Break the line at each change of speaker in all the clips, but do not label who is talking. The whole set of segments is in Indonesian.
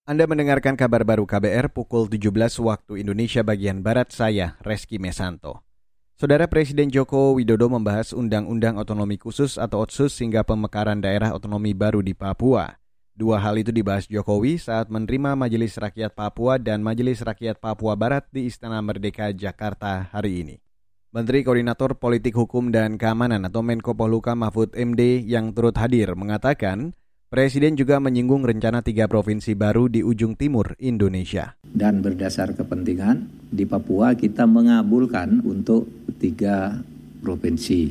Anda mendengarkan kabar baru KBR pukul 17 waktu Indonesia bagian Barat, saya Reski Mesanto. Saudara Presiden Joko Widodo membahas Undang-Undang Otonomi Khusus atau Otsus hingga pemekaran daerah otonomi baru di Papua. Dua hal itu dibahas Jokowi saat menerima Majelis Rakyat Papua dan Majelis Rakyat Papua Barat di Istana Merdeka, Jakarta hari ini. Menteri Koordinator Politik Hukum dan Keamanan atau Menko Polhukam Mahfud MD yang turut hadir mengatakan, Presiden juga menyinggung rencana 3 provinsi baru di ujung timur Indonesia.
Dan berdasar kepentingan, di Papua kita mengabulkan untuk 3 provinsi.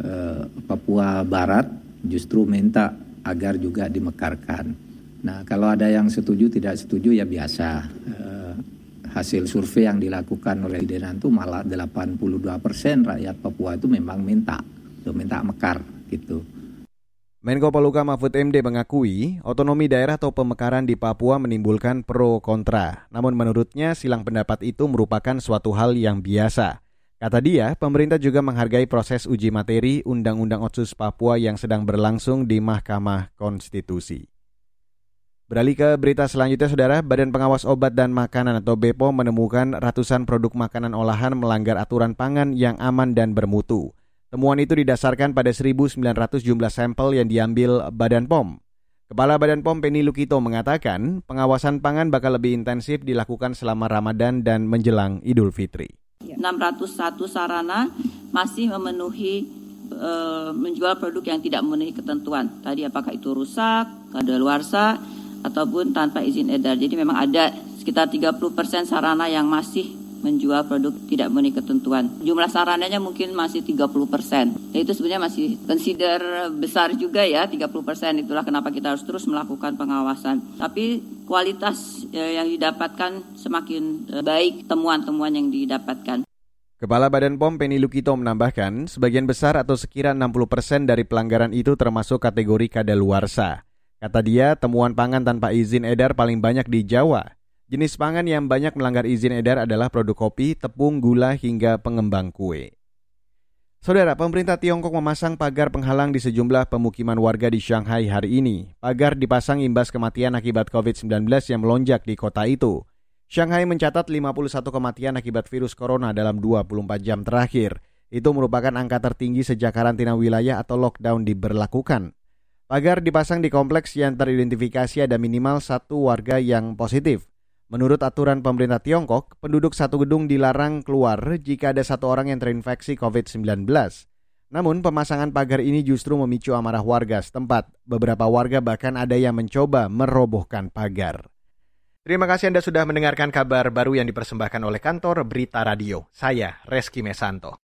Papua Barat justru minta agar juga dimekarkan. Nah, kalau ada yang setuju, tidak setuju ya biasa. Hasil survei yang dilakukan oleh Presiden itu malah 82% rakyat Papua itu memang minta mekar gitu.
Menko Polhukam Mahfud MD mengakui otonomi daerah atau pemekaran di Papua menimbulkan pro kontra. Namun menurutnya silang pendapat itu merupakan suatu hal yang biasa. Kata dia, pemerintah juga menghargai proses uji materi Undang-Undang Otsus Papua yang sedang berlangsung di Mahkamah Konstitusi. Beralih ke berita selanjutnya, Saudara, Badan Pengawas Obat dan Makanan atau BPOM menemukan ratusan produk makanan olahan melanggar aturan pangan yang aman dan bermutu. Temuan itu didasarkan pada 1.900 jumlah sampel yang diambil Badan POM. Kepala Badan POM Penny Lukito mengatakan pengawasan pangan bakal lebih intensif dilakukan selama Ramadan dan menjelang Idul Fitri.
601 sarana masih memenuhi menjual produk yang tidak memenuhi ketentuan. Tadi apakah itu rusak, kadaluarsa, ataupun tanpa izin edar. Jadi memang ada sekitar 30% sarana yang masih menjual produk tidak memenuhi ketentuan. Jumlah sarananya mungkin masih 30%. Itu sebenarnya masih consider besar juga ya, 30%. Itulah kenapa kita harus terus melakukan pengawasan. Tapi kualitas yang didapatkan semakin baik temuan-temuan yang didapatkan.
Kepala Badan POM Penny Lukito menambahkan, sebagian besar atau sekira 60% dari pelanggaran itu termasuk kategori kadaluarsa. Kata dia, temuan pangan tanpa izin edar paling banyak di Jawa. Jenis pangan yang banyak melanggar izin edar adalah produk kopi, tepung, gula, hingga pengembang kue. Saudara, pemerintah Tiongkok memasang pagar penghalang di sejumlah pemukiman warga di Shanghai hari ini. Pagar dipasang imbas kematian akibat COVID-19 yang melonjak di kota itu. Shanghai mencatat 51 kematian akibat virus corona dalam 24 jam terakhir. Itu merupakan angka tertinggi sejak karantina wilayah atau lockdown diberlakukan. Pagar dipasang di kompleks yang teridentifikasi ada minimal 1 warga yang positif. Menurut aturan pemerintah Tiongkok, penduduk satu gedung dilarang keluar jika ada 1 orang yang terinfeksi COVID-19. Namun, pemasangan pagar ini justru memicu amarah warga setempat. Beberapa warga bahkan ada yang mencoba merobohkan pagar. Terima kasih Anda sudah mendengarkan kabar baru yang dipersembahkan oleh kantor Berita Radio. Saya Reski Mesanto.